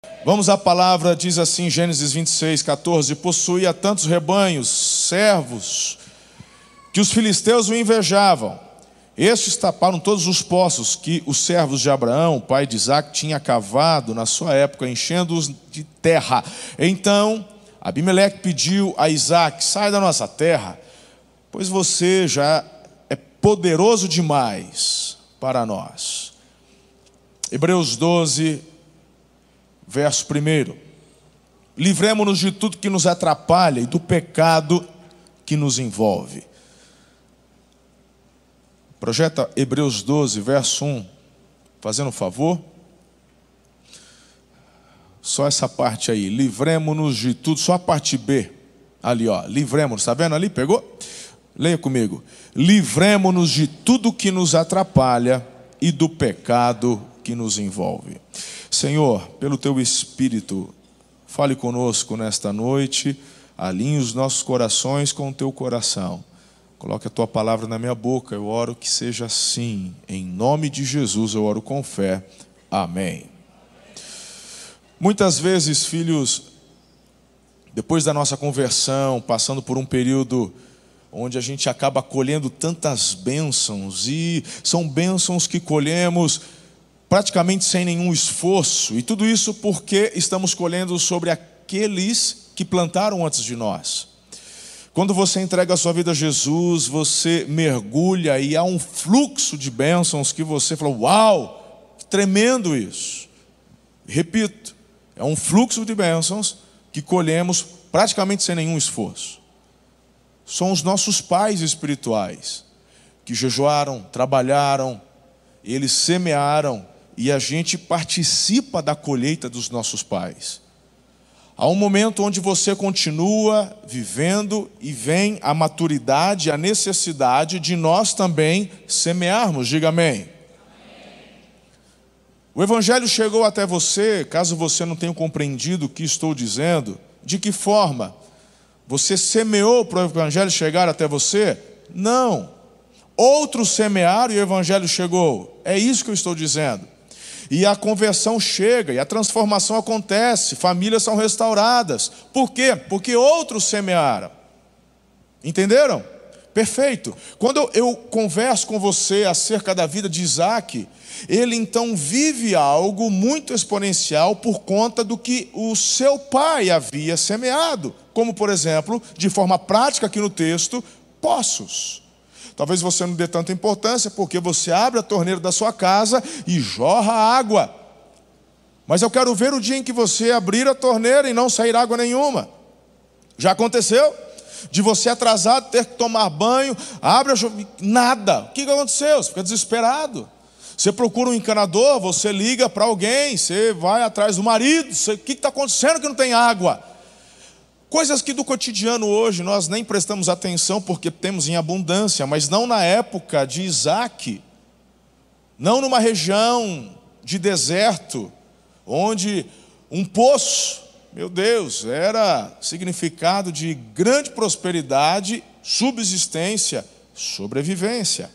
Vamos à palavra, diz assim, Gênesis 26, 14: possuía tantos rebanhos, servos, que os filisteus o invejavam. Estes taparam todos os poços que os servos de Abraão, pai de Isaque, tinha cavado na sua época, enchendo-os de terra. Então Abimeleque pediu a Isaque: sai da nossa terra, pois você já é poderoso demais para nós. Hebreus 12, verso 1: livremo-nos de tudo que nos atrapalha e do pecado que nos envolve. Projeta Hebreus 12, verso 1, fazendo um favor. Só essa parte aí, livremo-nos de tudo, só a parte B, ali ó, livremo-nos, está vendo ali, pegou? Leia comigo. Livremo-nos de tudo que nos atrapalha e do pecado que nos envolve. Senhor, pelo Teu Espírito, fale conosco nesta noite, alinhe os nossos corações com o Teu coração. Coloque a Tua palavra na minha boca, eu oro que seja assim. Em nome de Jesus eu oro com fé. Amém. Muitas vezes, filhos, depois da nossa conversão, passando por um período onde a gente acaba colhendo tantas bênçãos, e são bênçãos que colhemos praticamente sem nenhum esforço, e tudo isso porque estamos colhendo sobre aqueles que plantaram antes de nós. Quando você entrega a sua vida a Jesus, você mergulha e há um fluxo de bênçãos que você fala: uau, tremendo isso. Repito, é um fluxo de bênçãos que colhemos praticamente sem nenhum esforço. São os nossos pais espirituais que jejuaram, trabalharam, eles semearam, e a gente participa da colheita dos nossos pais. Há um momento onde você continua vivendo e vem a maturidade, a necessidade de nós também semearmos. Diga amém. O Evangelho chegou até você, caso você não tenha compreendido o que estou dizendo. De que forma? Você semeou para o Evangelho chegar até você? Não. Outros semearam e o Evangelho chegou. É isso que eu estou dizendo. E a conversão chega, e a transformação acontece, famílias são restauradas. Por quê? Porque outros semearam. Entenderam? Perfeito. Quando eu converso com você acerca da vida de Isaque, ele então vive algo muito exponencial por conta do que o seu pai havia semeado. Como, por exemplo, de forma prática aqui no texto, poços. Talvez você não dê tanta importância, porque você abre a torneira da sua casa e jorra água. Mas eu quero ver o dia em que você abrir a torneira e não sair água nenhuma. Já aconteceu? De você atrasado, ter que tomar banho, abre a nada. O que aconteceu? Você fica desesperado. Você procura um encanador, você liga para alguém, você vai atrás do marido. O que está acontecendo que não tem água? Coisas que do cotidiano hoje nós nem prestamos atenção porque temos em abundância, mas não na época de Isaque, não numa região de deserto, onde um poço, meu Deus, era significado de grande prosperidade, subsistência, sobrevivência.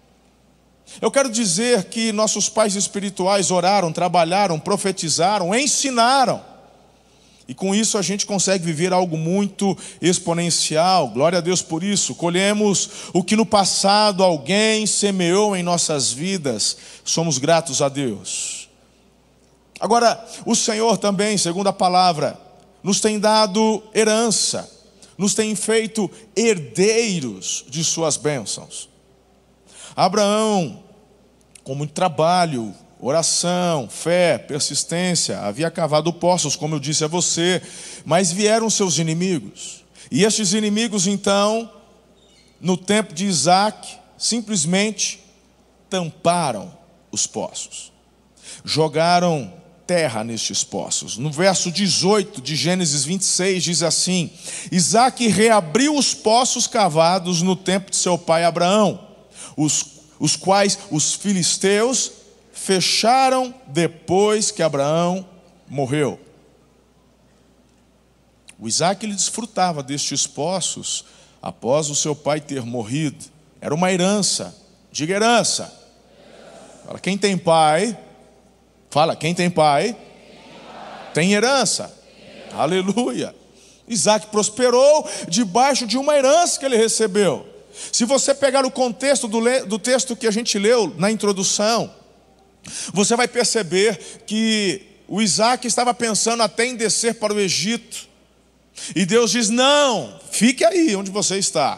Eu quero dizer que nossos pais espirituais oraram, trabalharam, profetizaram, ensinaram. E com isso a gente consegue viver algo muito exponencial. Glória a Deus por isso. Colhemos o que no passado alguém semeou em nossas vidas. Somos gratos a Deus. Agora, o Senhor também, segundo a palavra, nos tem dado herança. Nos tem feito herdeiros de suas bênçãos. Abraão, com muito trabalho, oração, fé, persistência, havia cavado poços, como eu disse a você, mas vieram seus inimigos. E estes inimigos, então, no tempo de Isaque, simplesmente tamparam os poços. Jogaram terra nestes poços. No verso 18 de Gênesis 26 diz assim: Isaque reabriu os poços cavados no tempo de seu pai Abraão, os quais os filisteus fecharam depois que Abraão morreu. O Isaque ele desfrutava destes poços após o seu pai ter morrido. Era uma herança. Diga herança. Fala, quem tem pai. Fala, quem tem pai Tem herança. Aleluia. Isaac prosperou debaixo de uma herança que ele recebeu. Se você pegar o contexto do texto que a gente leu na introdução, você vai perceber que o Isaac estava pensando até em descer para o Egito. E Deus diz: não, fique aí onde você está.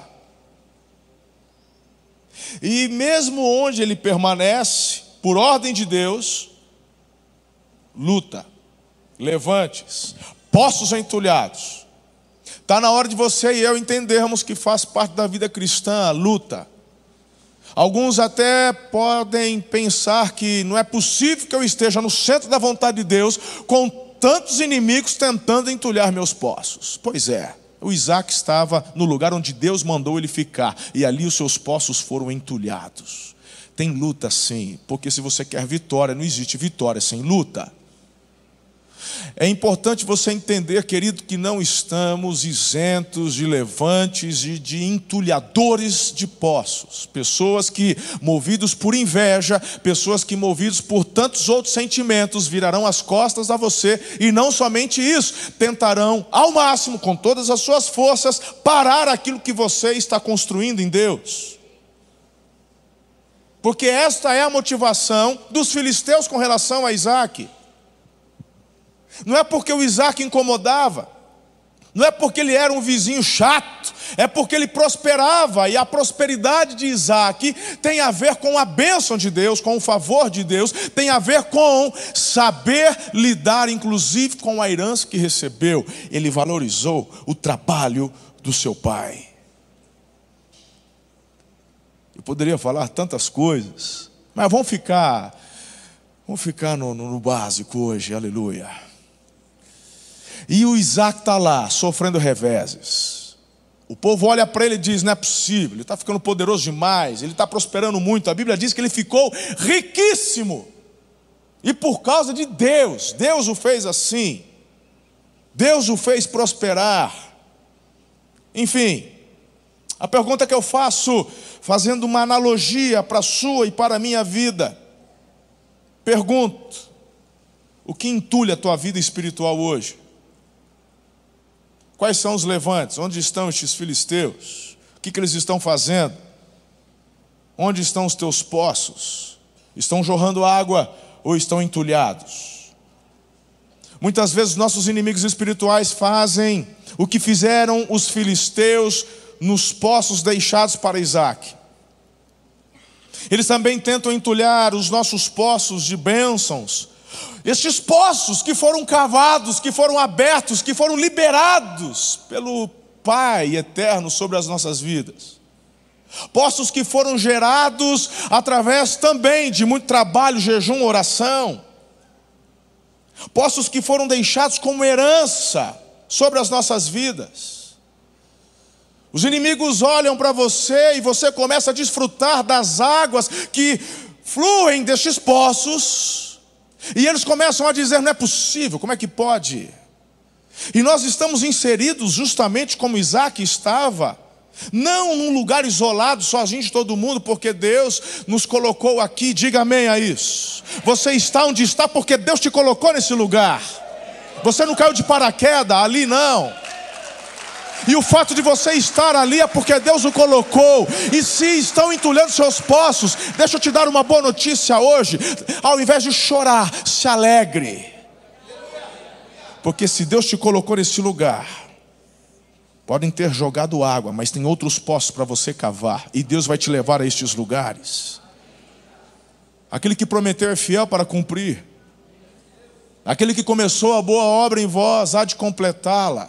E mesmo onde ele permanece, por ordem de Deus, luta, levantes, poços entulhados. Está na hora de você e eu entendermos que faz parte da vida cristã a luta. Alguns até podem pensar que não é possível que eu esteja no centro da vontade de Deus com tantos inimigos tentando entulhar meus poços. Pois é, o Isaac estava no lugar onde Deus mandou ele ficar, e ali os seus poços foram entulhados. Tem luta sim, porque se você quer vitória, não existe vitória sem luta. É importante você entender, querido, que não estamos isentos de levantes e de entulhadores de poços. Pessoas que, movidos por inveja, pessoas que, movidos por tantos outros sentimentos, virarão as costas a você. E não somente isso, tentarão ao máximo, com todas as suas forças, parar aquilo que você está construindo em Deus. Porque esta é a motivação dos filisteus com relação a Isaac. Não é porque o Isaac incomodava, não é porque ele era um vizinho chato, é porque ele prosperava. E a prosperidade de Isaac tem a ver com a bênção de Deus, com o favor de Deus, tem a ver com saber lidar, inclusive, com a herança que recebeu. Ele valorizou o trabalho do seu pai. Eu poderia falar tantas coisas, mas vamos ficar no básico hoje, aleluia. E o Isaac está lá, sofrendo reveses. O povo olha para ele e diz: não é possível, ele está ficando poderoso demais, ele está prosperando muito. A Bíblia diz que ele ficou riquíssimo. E por causa de Deus, Deus o fez assim. Deus o fez prosperar. Enfim, a pergunta que eu faço, fazendo uma analogia para a sua e para a minha vida. Pergunto: o que entulha a tua vida espiritual hoje? Quais são os levantes? Onde estão estes filisteus? O que eles estão fazendo? Onde estão os teus poços? Estão jorrando água ou estão entulhados? Muitas vezes nossos inimigos espirituais fazem o que fizeram os filisteus nos poços deixados para Isaac. Eles também tentam entulhar os nossos poços de bênçãos. Estes poços que foram cavados, que foram abertos, que foram liberados pelo Pai eterno sobre as nossas vidas. Poços que foram gerados através também de muito trabalho, jejum, oração. Poços que foram deixados como herança sobre as nossas vidas. Os inimigos olham para você e você começa a desfrutar das águas que fluem destes poços. E eles começam a dizer: não é possível, como é que pode? E nós estamos inseridos justamente como Isaac estava, não num lugar isolado, sozinho de todo mundo, porque Deus nos colocou aqui. Diga amém a isso. Você está onde está porque Deus te colocou nesse lugar. Você não caiu de paraquedas ali, não. E o fato de você estar ali é porque Deus o colocou. E se estão entulhando seus poços, deixa eu te dar uma boa notícia hoje. Ao invés de chorar, se alegre. Porque se Deus te colocou nesse lugar, podem ter jogado água, mas tem outros poços para você cavar. E Deus vai te levar a estes lugares. Aquele que prometeu é fiel para cumprir. Aquele que começou a boa obra em vós há de completá-la.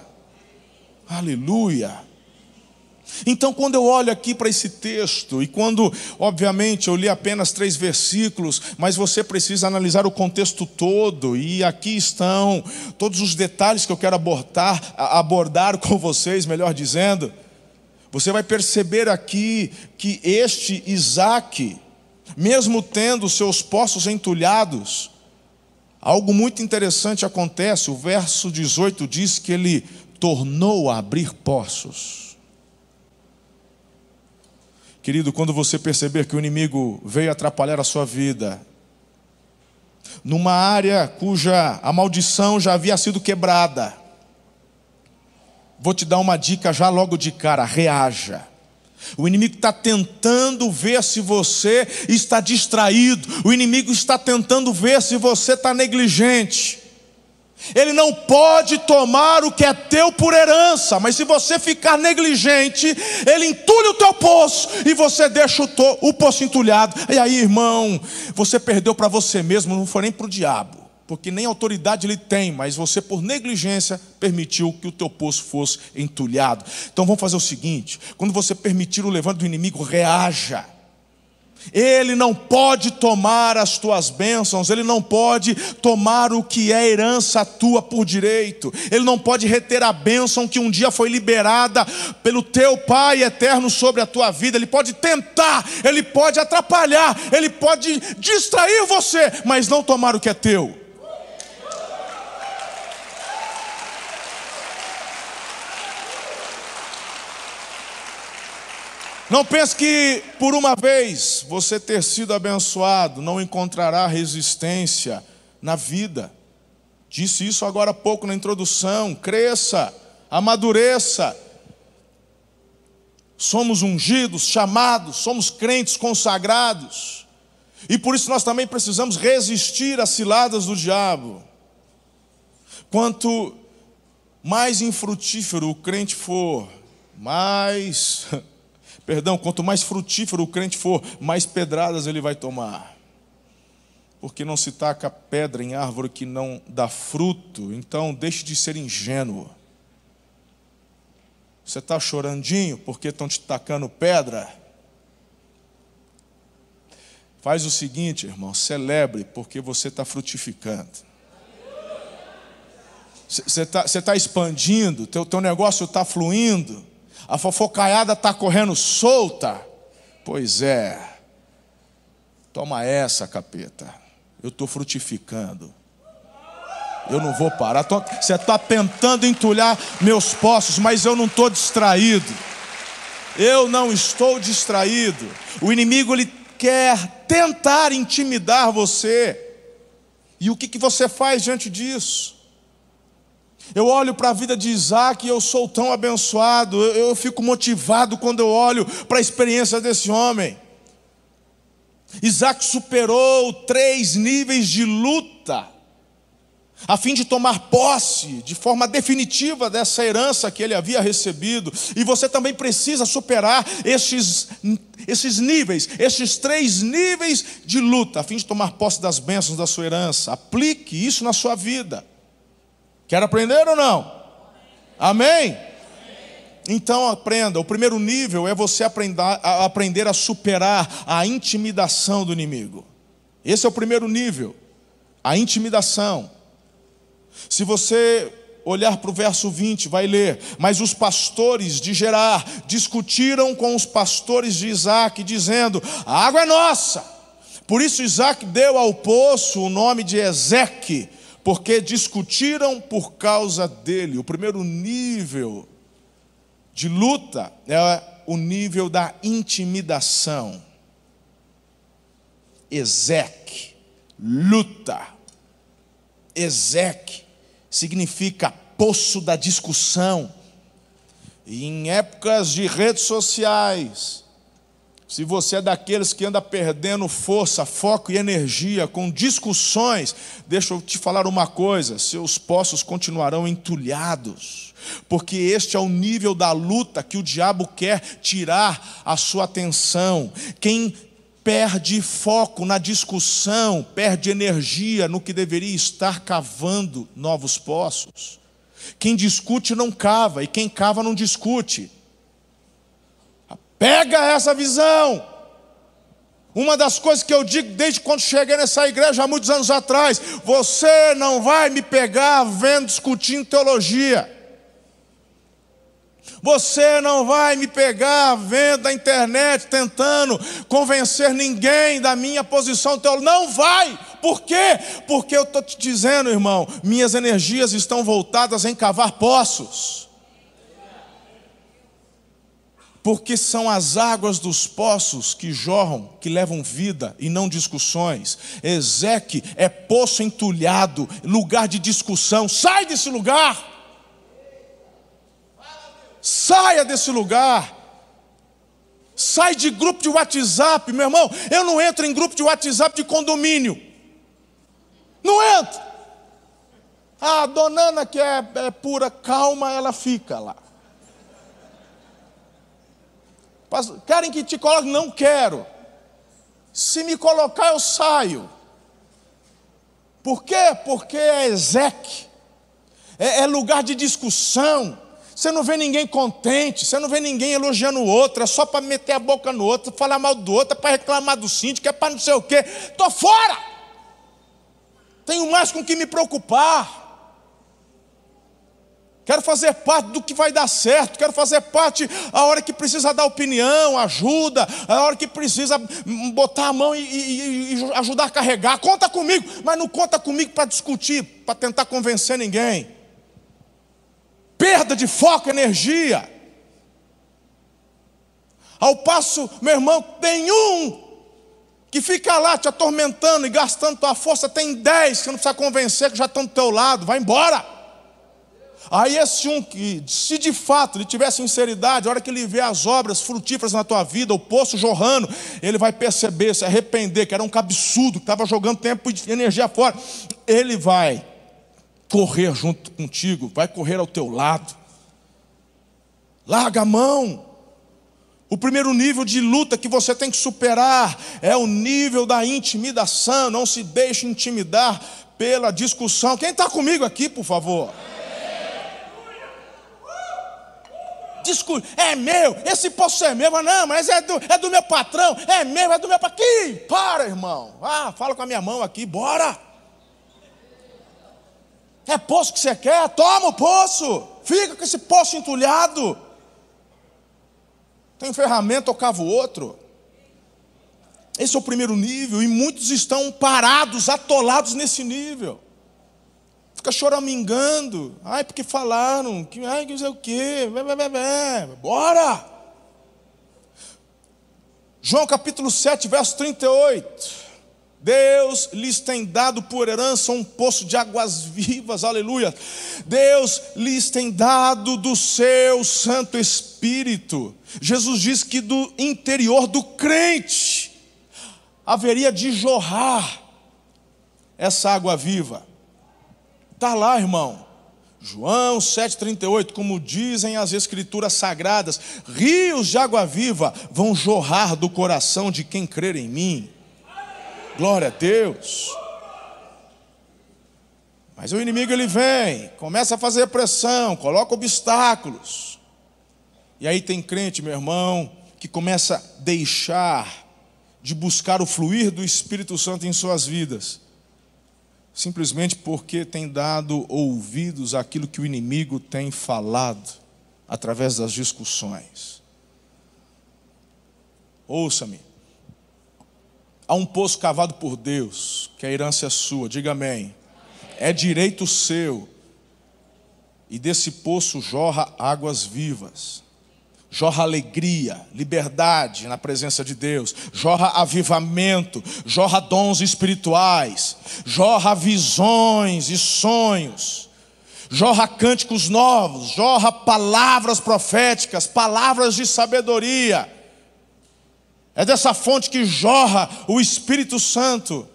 Aleluia. Então, quando eu olho aqui para esse texto, e quando, obviamente, eu li apenas 3 versículos, mas você precisa analisar o contexto todo, e aqui estão todos os detalhes que eu quero abordar com vocês, melhor dizendo. Você vai perceber aqui que este Isaac, mesmo tendo seus poços entulhados, algo muito interessante acontece. O verso 18 diz que ele tornou a abrir poços. Querido, quando você perceber que o inimigo veio atrapalhar a sua vida, numa área cuja a maldição já havia sido quebrada. Vou te dar uma dica já logo de cara: reaja. O inimigo está tentando ver se você está distraído. O inimigo está tentando ver se você está negligente. Ele não pode tomar o que é teu por herança, mas se você ficar negligente, ele entulha o teu poço e você deixa o poço entulhado. E aí, irmão, você perdeu para você mesmo, não foi nem para o diabo, porque nem autoridade ele tem, mas você por negligência permitiu que o teu poço fosse entulhado. Então vamos fazer o seguinte: quando você permitir o levante do inimigo, reaja. Ele não pode tomar as tuas bênçãos, ele não pode tomar o que é herança tua por direito, ele não pode reter a bênção que um dia foi liberada pelo teu Pai eterno sobre a tua vida. Ele pode tentar, ele pode atrapalhar, ele pode distrair você, mas não tomar o que é teu. Não pense que por uma vez você ter sido abençoado não encontrará resistência na vida. Disse isso agora há pouco na introdução. Cresça, amadureça. Somos ungidos, chamados, somos crentes consagrados. E por isso nós também precisamos resistir às ciladas do diabo. Quanto mais infrutífero o crente for, quanto mais frutífero o crente for, mais pedradas ele vai tomar. Porque não se taca pedra em árvore que não dá fruto. Então deixe de ser ingênuo. Você está chorandinho porque estão te tacando pedra? Faz o seguinte, irmão, celebre porque você está frutificando. Você está expandindo, teu negócio está fluindo. A fofocaiada está correndo solta. Pois é. Toma essa, capeta. Eu estou frutificando. Eu não vou parar. Você está tentando entulhar meus poços, mas eu não estou distraído. Eu não estou distraído. O inimigo ele quer tentar intimidar você. E o que você faz diante disso? Eu olho para a vida de Isaac e eu sou tão abençoado. Eu fico motivado quando eu olho para a experiência desse homem. Isaac superou 3 níveis de luta a fim de tomar posse de forma definitiva dessa herança que ele havia recebido. E você também precisa superar esses níveis, esses 3 níveis de luta a fim de tomar posse das bênçãos da sua herança. Aplique isso na sua vida. Quer aprender ou não? Amém? Então aprenda. O primeiro nível é você aprender a superar a intimidação do inimigo. Esse é o primeiro nível, a intimidação. Se você olhar para o verso 20, vai ler: mas os pastores de Gerar discutiram com os pastores de Isaac, dizendo: a água é nossa. Por isso Isaac deu ao poço o nome de Ezeque, porque discutiram por causa dele. O primeiro nível de luta é o nível da intimidação. Ezeque, luta. Ezeque significa poço da discussão. E em épocas de redes sociais, se você é daqueles que anda perdendo força, foco e energia com discussões, deixa eu te falar uma coisa: seus poços continuarão entulhados, porque este é o nível da luta que o diabo quer tirar a sua atenção. Quem perde foco na discussão, perde energia no que deveria estar cavando novos poços. Quem discute não cava, e quem cava não discute. Pega essa visão. Uma das coisas que eu digo desde quando cheguei nessa igreja há muitos anos atrás: você não vai me pegar discutindo teologia. Você não vai me pegar vendo na internet, tentando convencer ninguém da minha posição teológica. Não vai. Por quê? Porque eu estou te dizendo, irmão, minhas energias estão voltadas em cavar poços. porque são as águas dos poços que jorram, que levam vida e não discussões. Ezeque é poço entulhado, lugar de discussão. Sai desse lugar! Saia desse lugar! Sai de grupo de WhatsApp, meu irmão. Eu não entro em grupo de WhatsApp de condomínio. Não entro. A dona Ana, que é pura calma, ela fica lá. Querem que te coloque? Não quero. Se me colocar, eu saio. Por quê? Porque é Ezeque. É lugar de discussão. Você não vê ninguém contente, você não vê ninguém elogiando o outro, é só para meter a boca no outro, falar mal do outro, é para reclamar do síndico, é para não sei o quê. Estou fora! Tenho mais com o que me preocupar. Quero fazer parte do que vai dar certo. Quero fazer parte a hora que precisa dar opinião, ajuda. A hora que precisa botar a mão e ajudar a carregar. Conta comigo, mas não conta comigo para discutir, para tentar convencer ninguém. Perda de foco, energia. Ao passo, meu irmão, tem um que fica lá te atormentando e gastando tua força. Tem 10 que não precisa convencer, que já estão do teu lado. Vai embora. Aí esse um que, se de fato ele tiver sinceridade, a hora que ele vê as obras frutíferas na tua vida, o poço jorrando, ele vai perceber, se arrepender, que era um cabeçudo, que estava jogando tempo e energia fora. Ele vai correr junto contigo, vai correr ao teu lado. Larga a mão. O primeiro nível de luta que você tem que superar é o nível da intimidação. Não se deixe intimidar pela discussão. Quem está comigo aqui, por favor? É meu, esse poço é meu. Mas não, mas é do meu patrão. É meu, é do meu patrão. Aqui, para, irmão. Fala com a minha mão aqui, bora. É poço que você quer? Toma o poço. Fica com esse poço entulhado. Tem ferramenta, eu cavo outro. Esse é o primeiro nível. E muitos estão parados, atolados nesse nível. Fica choramingando. Porque falaram. Que não sei o quê. Bora. João capítulo 7, verso 38. Deus lhes tem dado por herança um poço de águas vivas, aleluia. Deus lhes tem dado do seu Santo Espírito. Jesus diz que do interior do crente haveria de jorrar essa água viva. Está lá, irmão. João 7,38, como dizem as escrituras sagradas, rios de água viva vão jorrar do coração de quem crer em mim. Glória a Deus. Mas o inimigo ele vem, começa a fazer pressão, coloca obstáculos. E aí tem crente, meu irmão, que começa a deixar de buscar o fluir do Espírito Santo em suas vidas, simplesmente porque tem dado ouvidos àquilo que o inimigo tem falado através das discussões. Ouça-me. Há um poço cavado por Deus, que a herança é sua, diga amém. É direito seu. E desse poço jorra águas vivas. Jorra alegria, liberdade na presença de Deus. Jorra avivamento, jorra dons espirituais. Jorra visões e sonhos. Jorra cânticos novos, jorra palavras proféticas, palavras de sabedoria. É dessa fonte que jorra o Espírito Santo.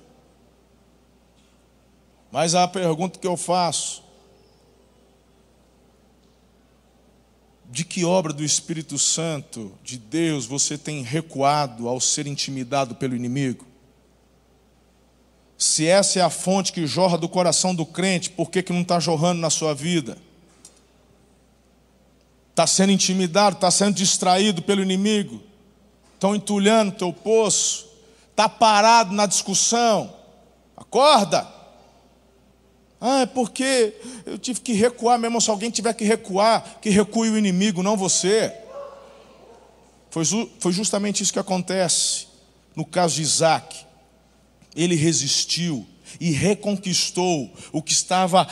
Mas a pergunta que eu faço: de que obra do Espírito Santo de Deus você tem recuado ao ser intimidado pelo inimigo? Se essa é a fonte que jorra do coração do crente, por que não está jorrando na sua vida? Está sendo intimidado, está sendo distraído pelo inimigo? Estão entulhando teu poço? Está parado na discussão? Acorda! É porque eu tive que recuar, meu irmão. Se alguém tiver que recuar, que recue o inimigo, não você. Foi justamente isso que acontece no caso de Isaac. Ele resistiu e reconquistou o que estava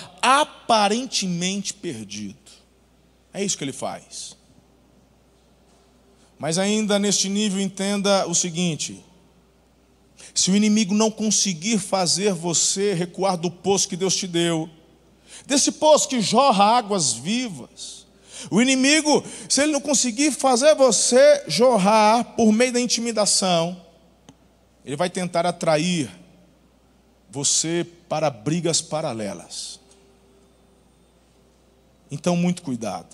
aparentemente perdido. É isso que ele faz. Mas ainda neste nível, entenda o seguinte: se o inimigo não conseguir fazer você recuar do poço que Deus te deu, desse poço que jorra águas vivas, o inimigo, se ele não conseguir fazer você jorrar por meio da intimidação, ele vai tentar atrair você para brigas paralelas. Então, muito cuidado.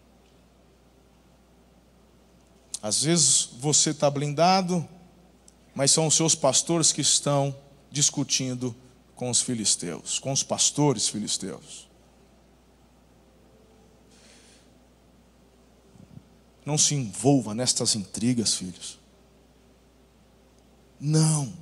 Às vezes você está blindado, mas são os seus pastores que estão discutindo com os filisteus, com os pastores filisteus. Não se envolva nestas intrigas, filhos. Não.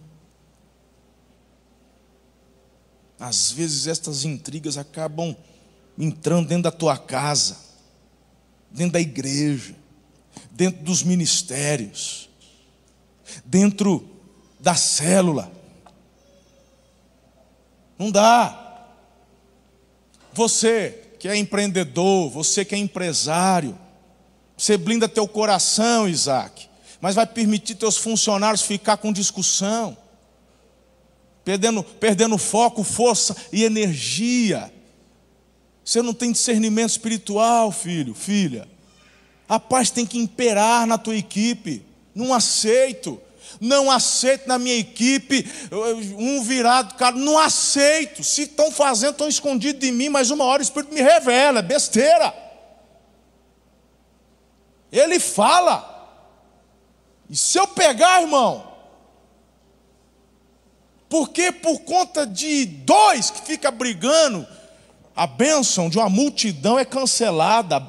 Às vezes estas intrigas acabam entrando dentro da tua casa, dentro da igreja, dentro dos ministérios, dentro da célula. Não dá. Você que é empreendedor, você que é empresário, você blinda teu coração, Isaac, mas vai permitir teus funcionários ficar com discussão, perdendo foco, força e energia. Você não tem discernimento espiritual, filho, filha. A paz tem que imperar na tua equipe. Não aceito na minha equipe um virado, cara, não aceito. Se estão fazendo, estão escondidos de mim, mas uma hora o Espírito me revela, é besteira. Ele fala. E se eu pegar, irmão, porque por conta de dois que fica brigando, a bênção de uma multidão é cancelada.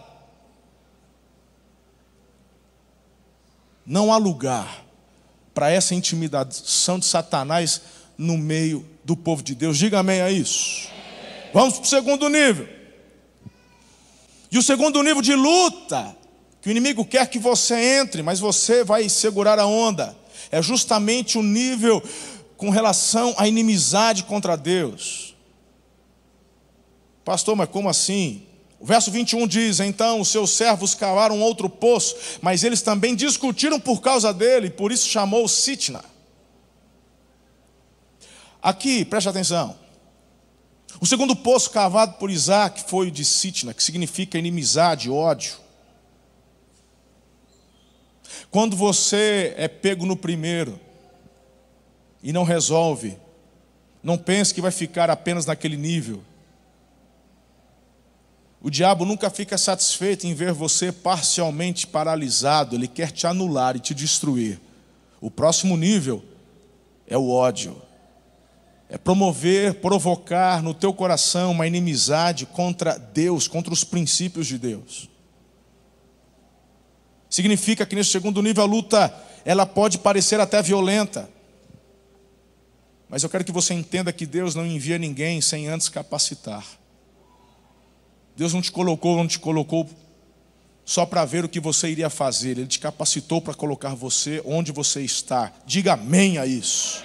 Não há lugar para essa intimidação de Satanás no meio do povo de Deus. Diga amém a isso. Vamos para o segundo nível. E o segundo nível de luta, que o inimigo quer que você entre, mas você vai segurar a onda, é justamente o nível com relação à inimizade contra Deus. Pastor, mas como assim? O verso 21 diz: então os seus servos cavaram outro poço, mas eles também discutiram por causa dele, por isso chamou Sitna. Aqui, preste atenção. O segundo poço cavado por Isaac foi o de Sitna, que significa inimizade, ódio. Quando você é pego no primeiro e não resolve, não pense que vai ficar apenas naquele nível. O diabo nunca fica satisfeito em ver você parcialmente paralisado. Ele quer te anular e te destruir. O próximo nível é o ódio. É provocar no teu coração uma inimizade contra Deus, contra os princípios de Deus. Significa que nesse segundo nível a luta, ela pode parecer até violenta. Mas eu quero que você entenda que Deus não envia ninguém sem antes capacitar. Deus não te colocou só para ver o que você iria fazer. Ele te capacitou para colocar você onde você está. Diga amém a isso.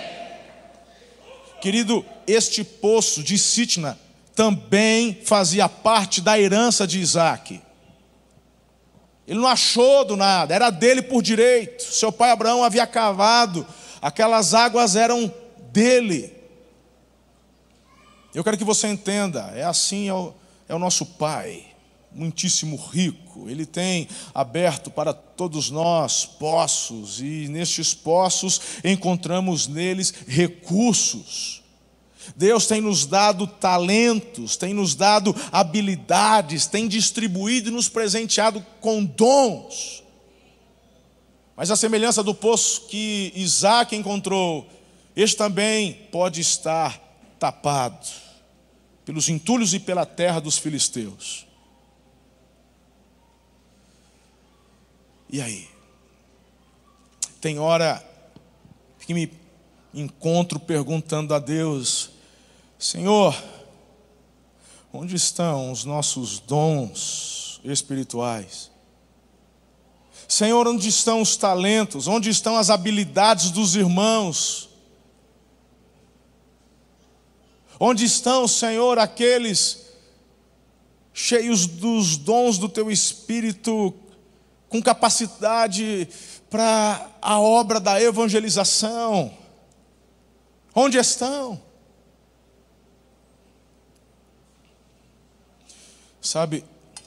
Querido, este poço de Sitna também fazia parte da herança de Isaac. Ele não achou do nada, era dele por direito. Seu pai Abraão havia cavado, aquelas águas eram dele. Eu quero que você entenda, é assim, é o nosso Pai, muitíssimo rico. Ele tem aberto para todos nós poços, e nestes poços encontramos neles recursos. Deus tem nos dado talentos, tem nos dado habilidades, tem distribuído e nos presenteado com dons. Mas a semelhança do poço que Isaac encontrou, este também pode estar tapado pelos entulhos e pela terra dos filisteus. E aí? Tem hora que me encontro perguntando a Deus: Senhor, onde estão os nossos dons espirituais? Senhor, onde estão os talentos? Onde estão as habilidades dos irmãos? Onde estão, Senhor, aqueles cheios dos dons do Teu Espírito, com capacidade para a obra da evangelização? Onde estão? Sabe,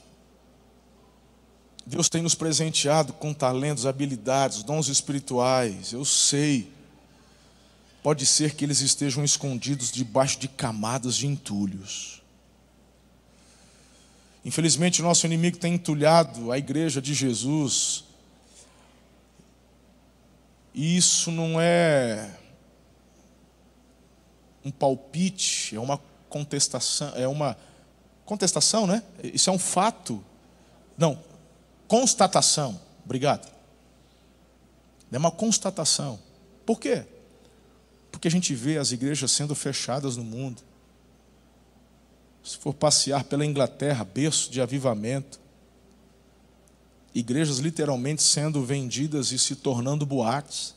Deus tem nos presenteado com talentos, habilidades, dons espirituais. Eu sei. Pode ser que eles estejam escondidos debaixo de camadas de entulhos. Infelizmente, o nosso inimigo tem entulhado a igreja de Jesus. E isso não é um palpite, é uma contestação, né? Isso é um fato. Não, constatação. Obrigado. É uma constatação. Por quê? Porque a gente vê as igrejas sendo fechadas no mundo. Se for passear pela Inglaterra, berço de avivamento, igrejas literalmente sendo vendidas e se tornando boates.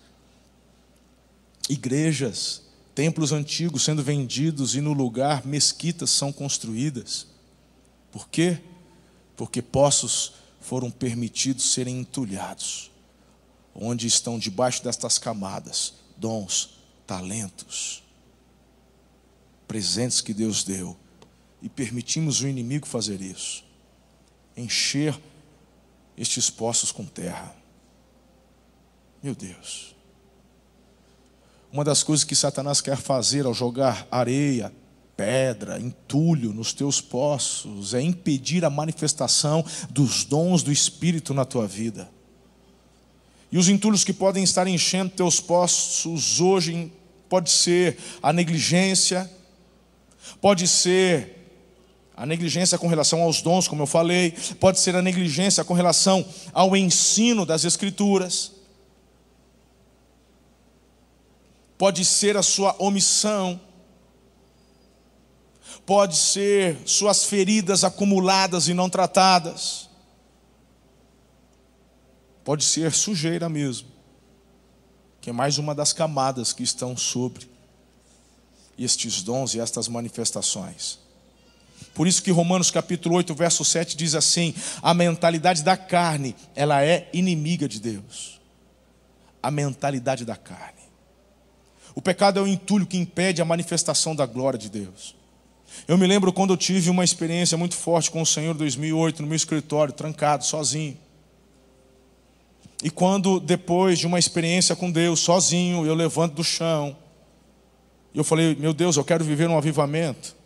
Igrejas, templos antigos sendo vendidos e no lugar mesquitas são construídas. Por quê? Porque poços foram permitidos serem entulhados, onde estão debaixo destas camadas dons, talentos, presentes que Deus deu, e permitimos o inimigo fazer isso, encher estes poços com terra. Meu Deus, uma das coisas que Satanás quer fazer ao jogar areia, pedra, entulho nos teus poços é impedir a manifestação dos dons do Espírito na tua vida. E os entulhos que podem estar enchendo teus poços hoje pode ser a negligência, pode ser a negligência com relação aos dons, como eu falei, pode ser a negligência com relação ao ensino das Escrituras, pode ser a sua omissão, pode ser suas feridas acumuladas e não tratadas, pode ser sujeira mesmo, que é mais uma das camadas que estão sobre estes dons e estas manifestações. Por isso que Romanos capítulo 8, verso 7 diz assim: a mentalidade da carne, ela é inimiga de Deus. A mentalidade da carne. O pecado é o entulho que impede a manifestação da glória de Deus. Eu me lembro quando eu tive uma experiência muito forte com o Senhor em 2008, no meu escritório, trancado, sozinho. E quando, depois de uma experiência com Deus, sozinho, eu levanto do chão, eu falei: meu Deus, eu quero viver um avivamento.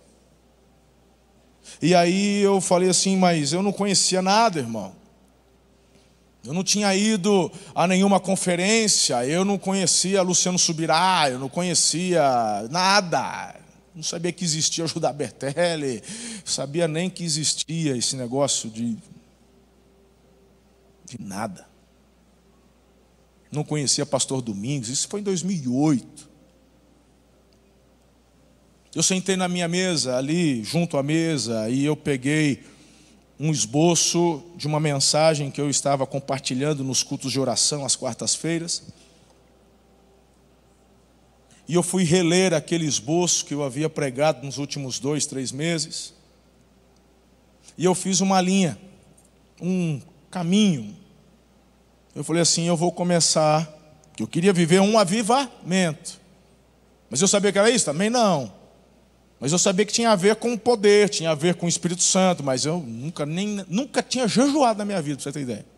E aí eu falei assim: mas eu não conhecia nada, irmão. Eu não tinha ido a nenhuma conferência, eu não conhecia Luciano Subirá, eu não conhecia nada. Não sabia que existia Judá Bertelli, sabia nem que existia esse negócio de nada. Não conhecia Pastor Domingos, isso foi em 2008. Eu sentei na minha mesa, ali, junto à mesa, e eu peguei um esboço de uma mensagem que eu estava compartilhando nos cultos de oração, às quartas-feiras. E eu fui reler aquele esboço que eu havia pregado nos últimos 2, 3 meses. E eu fiz uma linha, um caminho. Eu falei assim: eu vou começar, que eu queria viver um avivamento. Mas eu sabia que era isso? Também não. Mas eu sabia que tinha a ver com o poder, tinha a ver com o Espírito Santo, mas eu nunca tinha jejuado na minha vida, para você ter ideia.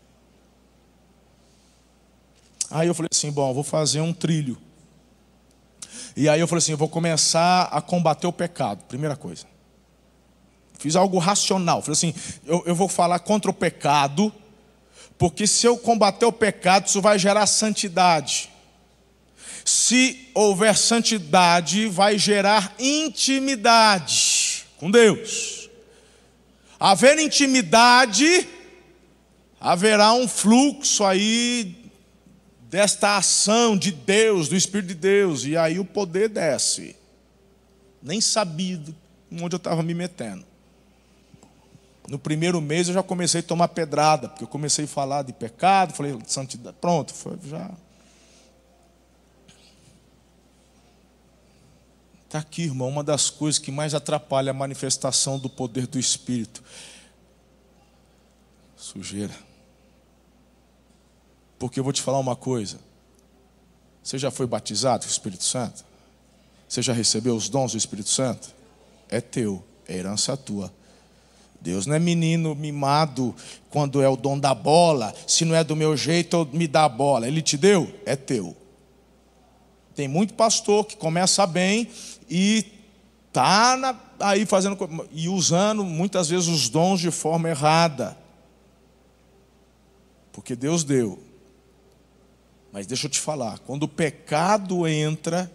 Aí eu falei assim: bom, eu vou fazer um trilho. E aí eu falei assim: eu vou começar a combater o pecado, primeira coisa. Fiz algo racional, falei assim: eu vou falar contra o pecado, porque se eu combater o pecado, isso vai gerar santidade. Se houver santidade, vai gerar intimidade com Deus. Haver intimidade, haverá um fluxo aí desta ação de Deus, do Espírito de Deus, e aí o poder desce. Nem sabido onde eu estava me metendo. No primeiro mês eu já comecei a tomar pedrada, porque eu comecei a falar de pecado, falei de santidade, pronto, foi já. Está aqui, irmão, uma das coisas que mais atrapalha a manifestação do poder do Espírito: sujeira. Porque eu vou te falar uma coisa. Você já foi batizado com o Espírito Santo? Você já recebeu os dons do Espírito Santo? É teu, é herança tua. Deus não é menino mimado quando é o dom da bola. Se não é do meu jeito, me dá a bola. Ele te deu? É teu. Tem muito pastor que começa bem e está aí fazendo e usando muitas vezes os dons de forma errada. Porque Deus deu. Mas deixa eu te falar, quando o pecado entra,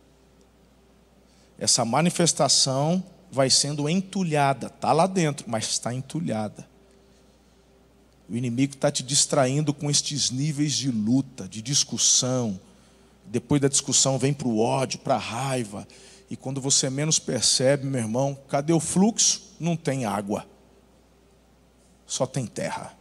essa manifestação vai sendo entulhada. Está lá dentro, mas está entulhada. O inimigo está te distraindo com estes níveis de luta, de discussão. Depois da discussão vem para o ódio, para a raiva. E quando você menos percebe, meu irmão, cadê o fluxo? Não tem água. Só tem terra.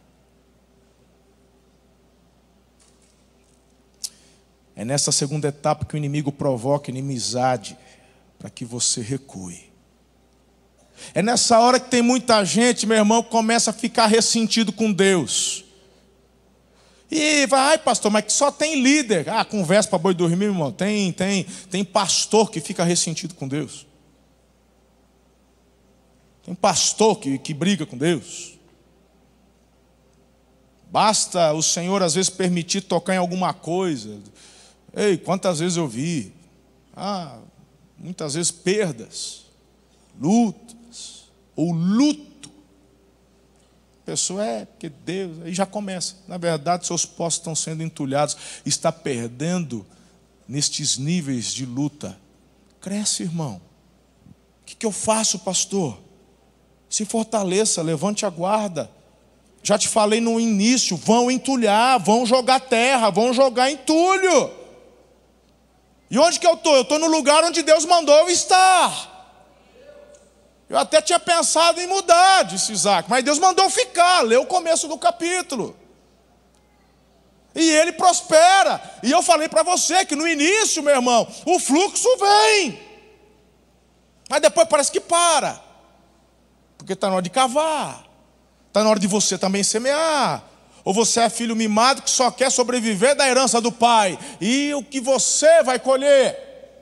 É nessa segunda etapa que o inimigo provoca inimizade para que você recue. É nessa hora que tem muita gente, meu irmão, que começa a ficar ressentido com Deus. E vai, ai pastor, mas que só tem líder. Ah, conversa para boi dormir, irmão. Tem pastor que fica ressentido com Deus. Tem pastor que briga com Deus. Basta o Senhor às vezes permitir tocar em alguma coisa. Ei, quantas vezes eu vi? Muitas vezes perdas, lutas, ou luto. A pessoa porque Deus, aí já começa. Na verdade, seus poços estão sendo entulhados, está perdendo nestes níveis de luta. Cresce, irmão. O que eu faço, pastor? Se fortaleça, levante a guarda. Já te falei no início, vão entulhar, vão jogar terra, vão jogar entulho. E onde que eu estou? Eu estou no lugar onde Deus mandou eu estar. Eu até tinha pensado em mudar, disse Isaac, mas Deus mandou ficar. Lê o começo do capítulo. E ele prospera. E eu falei para você que no início, meu irmão, o fluxo vem. Mas depois parece que para. Porque está na hora de cavar. Está na hora de você também semear. Ou você é filho mimado que só quer sobreviver da herança do pai. E o que você vai colher?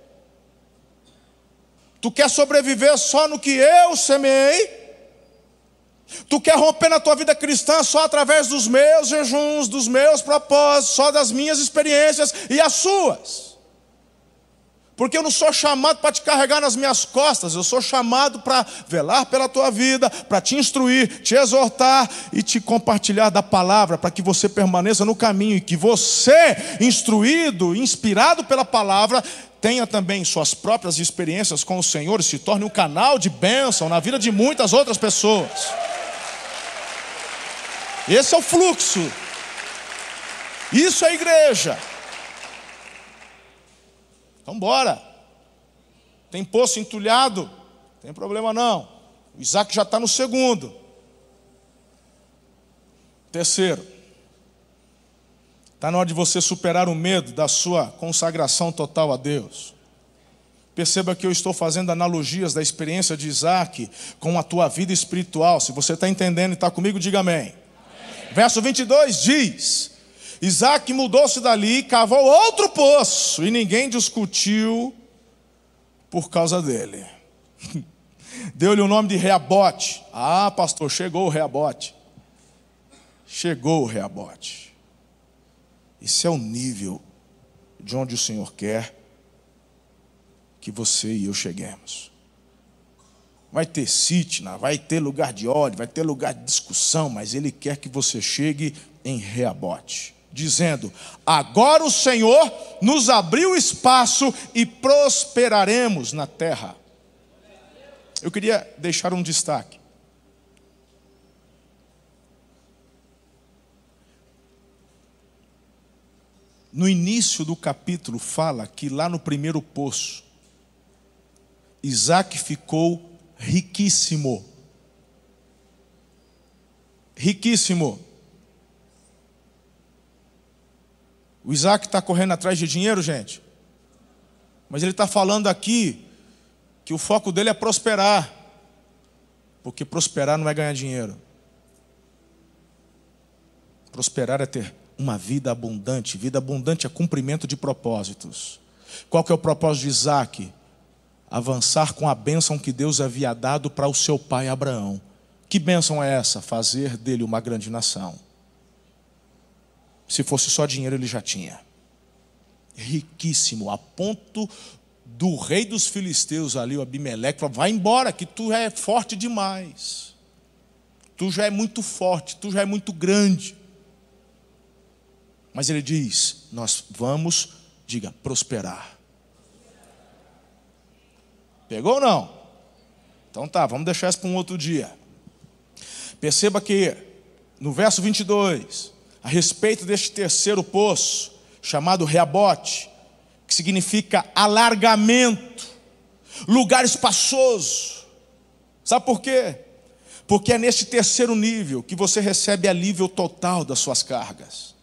Tu quer sobreviver só no que eu semeei? Tu quer romper na tua vida cristã só através dos meus jejuns, dos meus propósitos, só das minhas experiências e as suas? Porque eu não sou chamado para te carregar nas minhas costas, eu sou chamado para velar pela tua vida, para te instruir, te exortar e te compartilhar da palavra, para que você permaneça no caminho e que você, instruído, inspirado pela palavra, tenha também suas próprias experiências com o Senhor e se torne um canal de bênção na vida de muitas outras pessoas. Esse é o fluxo. Isso é igreja. Então bora. Tem poço entulhado? Não tem problema não. O Isaac já está no segundo. Terceiro. Está na hora de você superar o medo da sua consagração total a Deus. Perceba que eu estou fazendo analogias da experiência de Isaac com a tua vida espiritual. Se você está entendendo e está comigo, diga amém. Amém. Verso 22 diz: Isaac mudou-se dali e cavou outro poço, e ninguém discutiu por causa dele. Deu-lhe o nome de Reabote. Ah, pastor, chegou o Reabote. Chegou o Reabote. Esse é o nível de onde o Senhor quer que você e eu cheguemos. Vai ter sítio, vai ter lugar de ódio, vai ter lugar de discussão, mas Ele quer que você chegue em Reabote, dizendo: agora o Senhor nos abriu espaço e prosperaremos na terra. Eu queria deixar um destaque. No início do capítulo fala que lá no primeiro poço, Isaac ficou riquíssimo. Riquíssimo. O Isaac está correndo atrás de dinheiro, gente. Mas ele está falando aqui que o foco dele é prosperar. Porque prosperar não é ganhar dinheiro. Prosperar é ter uma vida abundante. Vida abundante é cumprimento de propósitos. Qual que é o propósito de Isaac? Avançar com a bênção que Deus havia dado para o seu pai Abraão. Que bênção é essa? Fazer dele uma grande nação. Se fosse só dinheiro, ele já tinha. Riquíssimo, a ponto do rei dos filisteus ali, o Abimeleque, falou: vai embora, que tu é forte demais. Tu já é muito forte, tu já é muito grande. Mas ele diz: nós vamos, diga, prosperar. Pegou ou não? Então tá, vamos deixar isso para um outro dia. Perceba que no verso 22, a respeito deste terceiro poço, chamado Reabote, que significa alargamento, lugar espaçoso. Sabe por quê? Porque é neste terceiro nível que você recebe alívio total das suas cargas.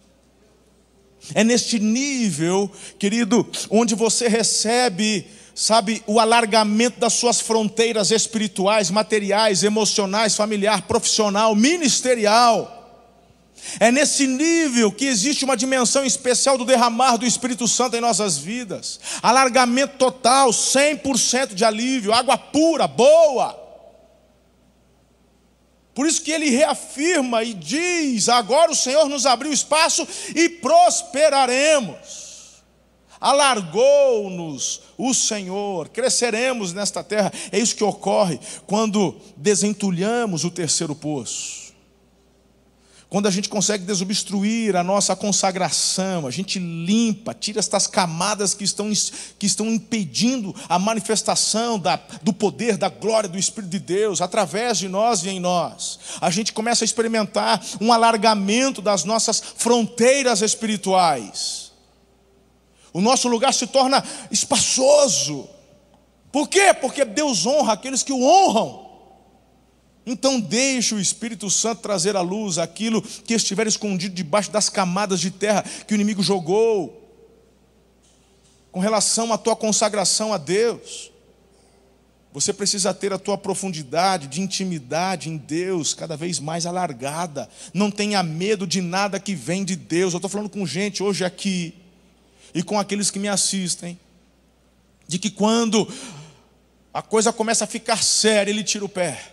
É neste nível, querido, onde você recebe, sabe, o alargamento das suas fronteiras espirituais, materiais, emocionais, familiar, profissional, ministerial. É nesse nível que existe uma dimensão especial do derramar do Espírito Santo em nossas vidas. Alargamento total, 100% de alívio, água pura, boa. Por isso que ele reafirma e diz: agora o Senhor nos abriu espaço e prosperaremos. Alargou-nos o Senhor, cresceremos nesta terra. É isso que ocorre quando desentulhamos o terceiro poço. Quando a gente consegue desobstruir a nossa consagração, a gente limpa, tira estas camadas que estão impedindo a manifestação do poder, da glória do Espírito de Deus, através de nós e em nós. A gente começa a experimentar um alargamento das nossas fronteiras espirituais. O nosso lugar se torna espaçoso. Por quê? Porque Deus honra aqueles que o honram. Então deixe o Espírito Santo trazer à luz aquilo que estiver escondido debaixo das camadas de terra que o inimigo jogou, com relação à tua consagração a Deus. Você precisa ter a tua profundidade de intimidade em Deus cada vez mais alargada. Não tenha medo de nada que vem de Deus. Eu estou falando com gente hoje aqui, e com aqueles que me assistem, de que quando a coisa começa a ficar séria, ele tira o pé.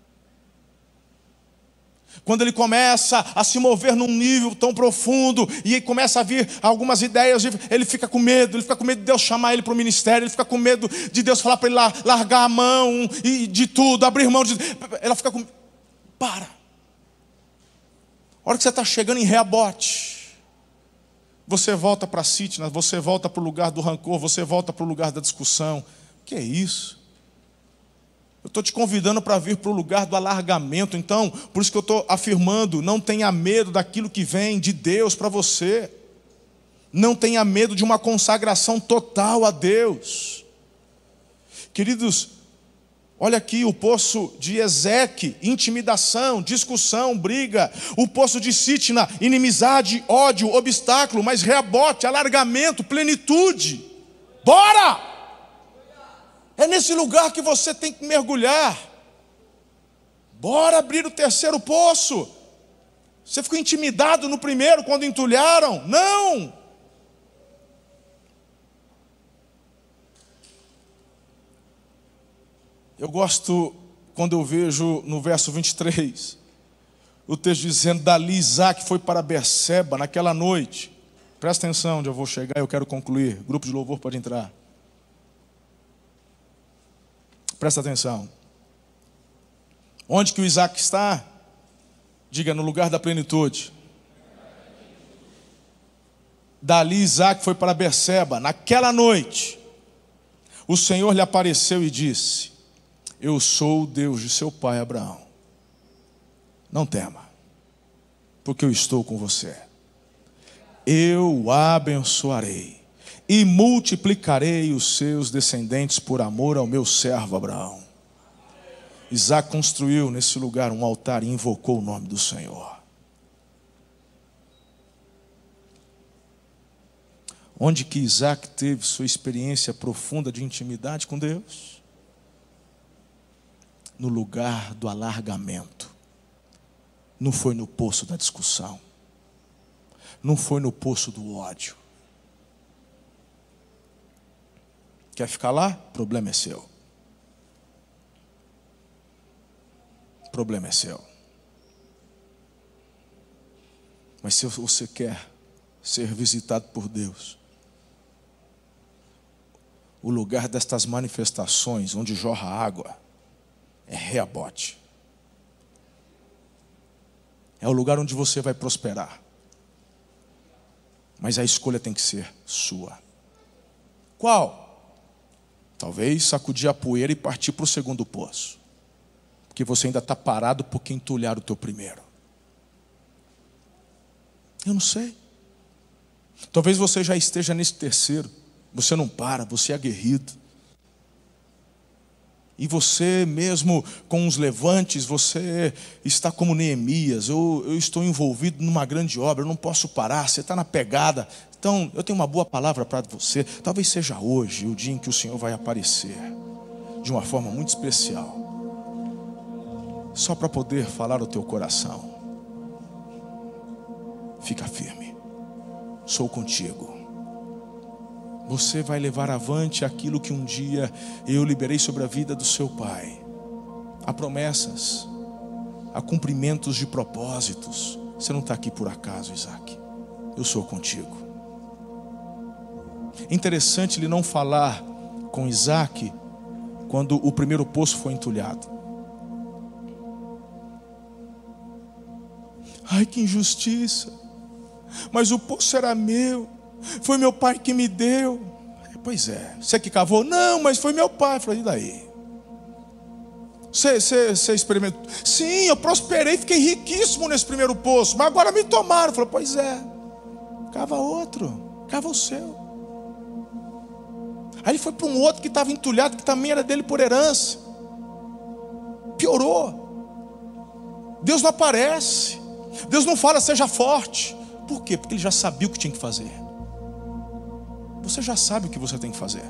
Quando ele começa a se mover num nível tão profundo, e aí começa a vir algumas ideias, ele fica com medo de Deus chamar ele para o ministério, ele fica com medo de Deus falar para ele largar a mão de tudo, abrir mão de... Ela fica com... Para. A hora que você está chegando em Reabote, você volta para Sitna, você volta para o lugar do rancor, você volta para o lugar da discussão. Que é isso? Eu estou te convidando para vir para o lugar do alargamento. Então, por isso que eu estou afirmando: não tenha medo daquilo que vem de Deus para você. Não tenha medo de uma consagração total a Deus. Queridos, olha aqui o poço de Ezeque: intimidação, discussão, briga. O poço de Sitna: inimizade, ódio, obstáculo. Mas Reabote: alargamento, plenitude. Bora! É nesse lugar que você tem que mergulhar. Bora abrir o terceiro poço. Você ficou intimidado no primeiro quando entulharam? Não! Eu gosto quando eu vejo no verso 23, o texto dizendo: dali Isaac foi para Berseba naquela noite. Presta atenção onde eu vou chegar, eu quero concluir. Grupo de louvor pode entrar. Presta atenção. Onde que o Isaac está? Diga: no lugar da plenitude. Dali Isaac foi para Berseba. Naquela noite, o Senhor lhe apareceu e disse: eu sou o Deus de seu pai Abraão. Não tema, porque eu estou com você. Eu o abençoarei e multiplicarei os seus descendentes por amor ao meu servo Abraão. Isaac construiu nesse lugar um altar e invocou o nome do Senhor. Onde que Isaac teve sua experiência profunda de intimidade com Deus? No lugar do alargamento. Não foi no poço da discussão. não foi no poço do ódio. Quer ficar lá? O problema é seu. O problema é seu. Mas se você quer ser visitado por Deus, o lugar destas manifestações, onde jorra água, é Reabote. É o lugar onde você vai prosperar. Mas a escolha tem que ser sua. Qual? Talvez sacudir a poeira e partir para o segundo poço. Porque você ainda está parado porque entulharam o teu primeiro. Eu não sei. Talvez você já esteja nesse terceiro. Você não para, você é aguerrido. E você mesmo com os levantes, você está como Neemias. Eu estou envolvido numa grande obra, eu não posso parar, você está na pegada. Então, eu tenho uma boa palavra para você. Talvez seja hoje o dia em que o Senhor vai aparecer de uma forma muito especial, só para poder falar ao teu coração. Fica firme, sou contigo. Você vai levar avante aquilo que um dia eu liberei sobre a vida do seu pai. Há promessas, há cumprimentos de propósitos. Você não está aqui por acaso, Isaac. Eu sou contigo. Interessante ele não falar com Isaac quando o primeiro poço foi entulhado. Ai, que injustiça. Mas o poço era meu. Foi meu pai que me deu. Pois é. Você que cavou? Não, mas foi meu pai. Eu falei, e daí? Você experimentou? Sim, eu prosperei, fiquei riquíssimo nesse primeiro poço. Mas agora me tomaram. Eu falei, pois é. Cava outro. Cava o seu. Aí ele foi para um outro que estava entulhado, que também era dele por herança. Piorou. Deus não aparece. Deus não fala, seja forte. Por quê? Porque ele já sabia o que tinha que fazer. Você já sabe o que você tem que fazer.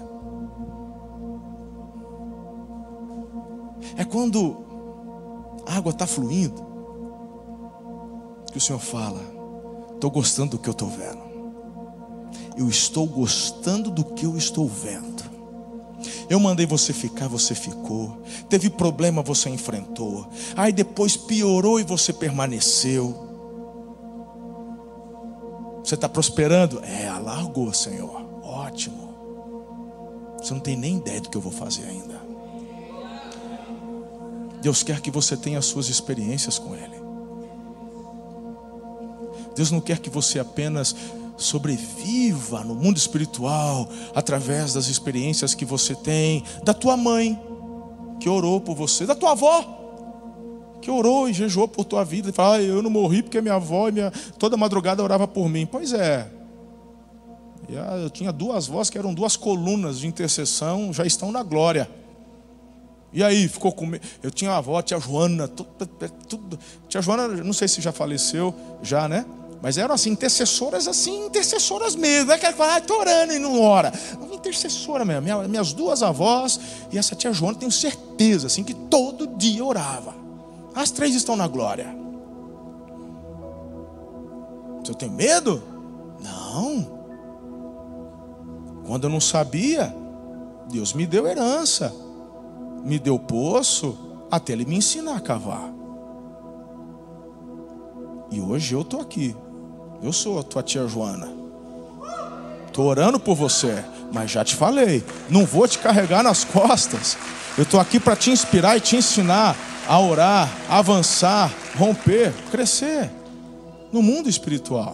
É quando a água está fluindo que o Senhor fala, estou gostando do que eu estou vendo. Eu estou gostando do que eu estou vendo. Eu mandei você ficar, você ficou. Teve problema, você enfrentou. Aí depois piorou e você permaneceu. Você está prosperando? Alargou, Senhor. Ótimo. Você não tem nem ideia do que eu vou fazer ainda. Deus quer que você tenha as suas experiências com Ele. Deus não quer que você apenas sobreviva no mundo espiritual através das experiências que você tem da tua mãe, que orou por você, da tua avó, que orou e jejuou por tua vida e fala, eu não morri porque minha avó toda madrugada orava por mim. Pois é. Eu tinha duas vozes que eram duas colunas de intercessão, já estão na glória. E aí, ficou com medo. Eu tinha uma avó, tia Joana, tudo. Tia Joana, não sei se já faleceu, já, né? Mas eram assim, intercessoras mesmo. Não é que fala, estou orando e não ora. Uma intercessora mesmo. Minhas duas avós e essa tia Joana, tenho certeza, assim, que todo dia orava. As três estão na glória. Eu tenho medo? Não. Quando eu não sabia, Deus me deu herança, me deu poço, até Ele me ensinar a cavar. E hoje eu estou aqui. Eu sou a tua tia Joana. Estou orando por você, mas já te falei, não vou te carregar nas costas. Eu estou aqui para te inspirar e te ensinar a orar, avançar, romper, crescer no mundo espiritual.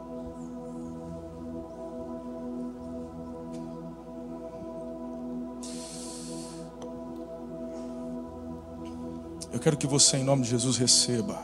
Eu quero que você, em nome de Jesus, receba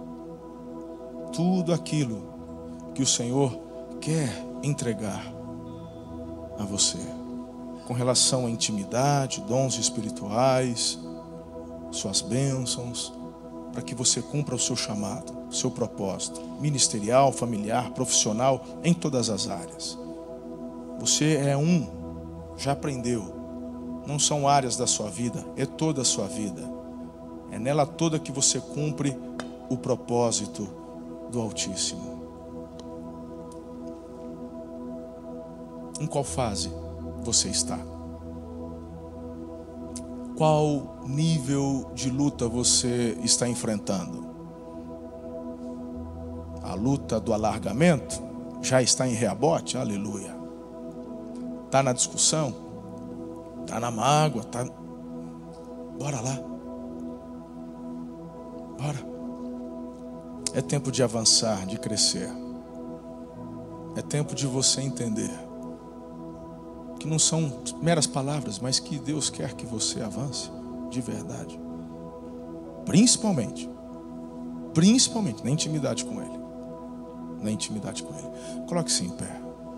tudo aquilo que o Senhor quer entregar a você, com relação à intimidade, dons espirituais, suas bênçãos, para que você cumpra o seu chamado, o seu propósito, ministerial, familiar, profissional, em todas as áreas. Você é já aprendeu, não são áreas da sua vida, é toda a sua vida. É nela toda que você cumpre o propósito do Altíssimo. Em qual fase você está? Qual nível de luta você está enfrentando? A luta do alargamento já está em rebote? Aleluia. Está na discussão? Está na mágoa? Bora lá. Bora. É tempo de avançar, de crescer. É tempo de você entender que não são meras palavras, mas que Deus quer que você avance de verdade. Principalmente na intimidade com Ele. Na intimidade com Ele. Coloque-se em pé.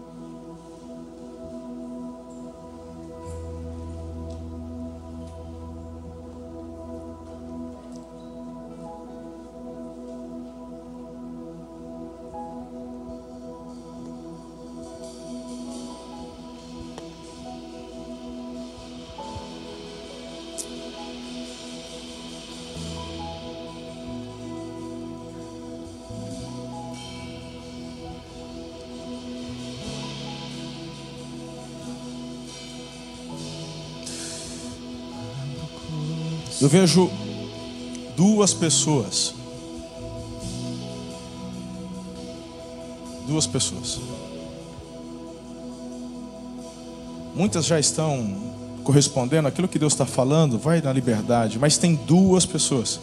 Eu vejo duas pessoas. Muitas já estão correspondendo àquilo que Deus está falando, vai na liberdade, mas tem duas pessoas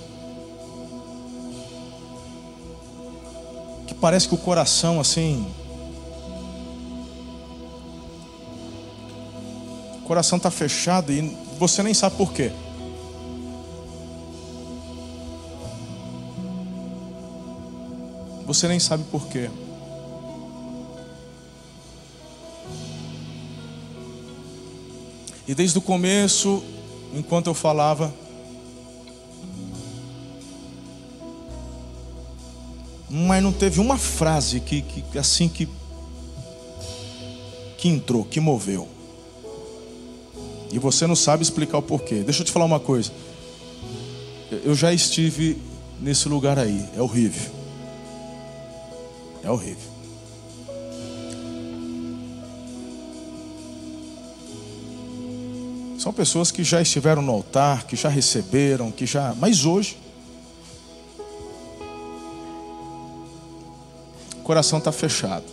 que parece que o coração assim, o coração está fechado e você nem sabe por quê. Você nem sabe por quê. E desde o começo, enquanto eu falava, mas não teve uma frase que entrou, que moveu. E você não sabe explicar o porquê. Deixa eu te falar uma coisa. Eu já estive nesse lugar aí. É horrível. É horrível. São pessoas que já estiveram no altar, que já receberam, mas hoje o coração está fechado.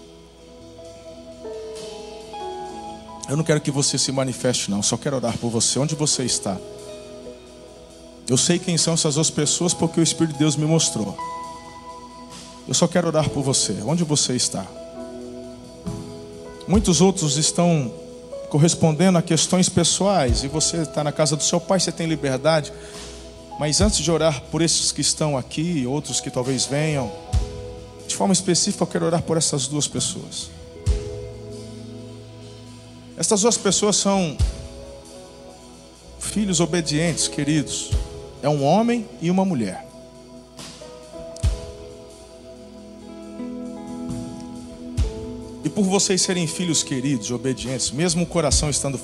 Eu não quero que você se manifeste, não. Só quero orar por você. Onde você está? Eu sei quem são essas duas pessoas porque o Espírito de Deus me mostrou. Eu só quero orar por você. Onde você está? Muitos outros estão correspondendo a questões pessoais. E você está na casa do seu pai, você tem liberdade. Mas antes de orar por esses que estão aqui, outros que talvez venham, de forma específica eu quero orar por essas duas pessoas. Essas duas pessoas são filhos obedientes, queridos. É um homem e uma mulher. E por vocês serem filhos queridos e obedientes, mesmo o coração estando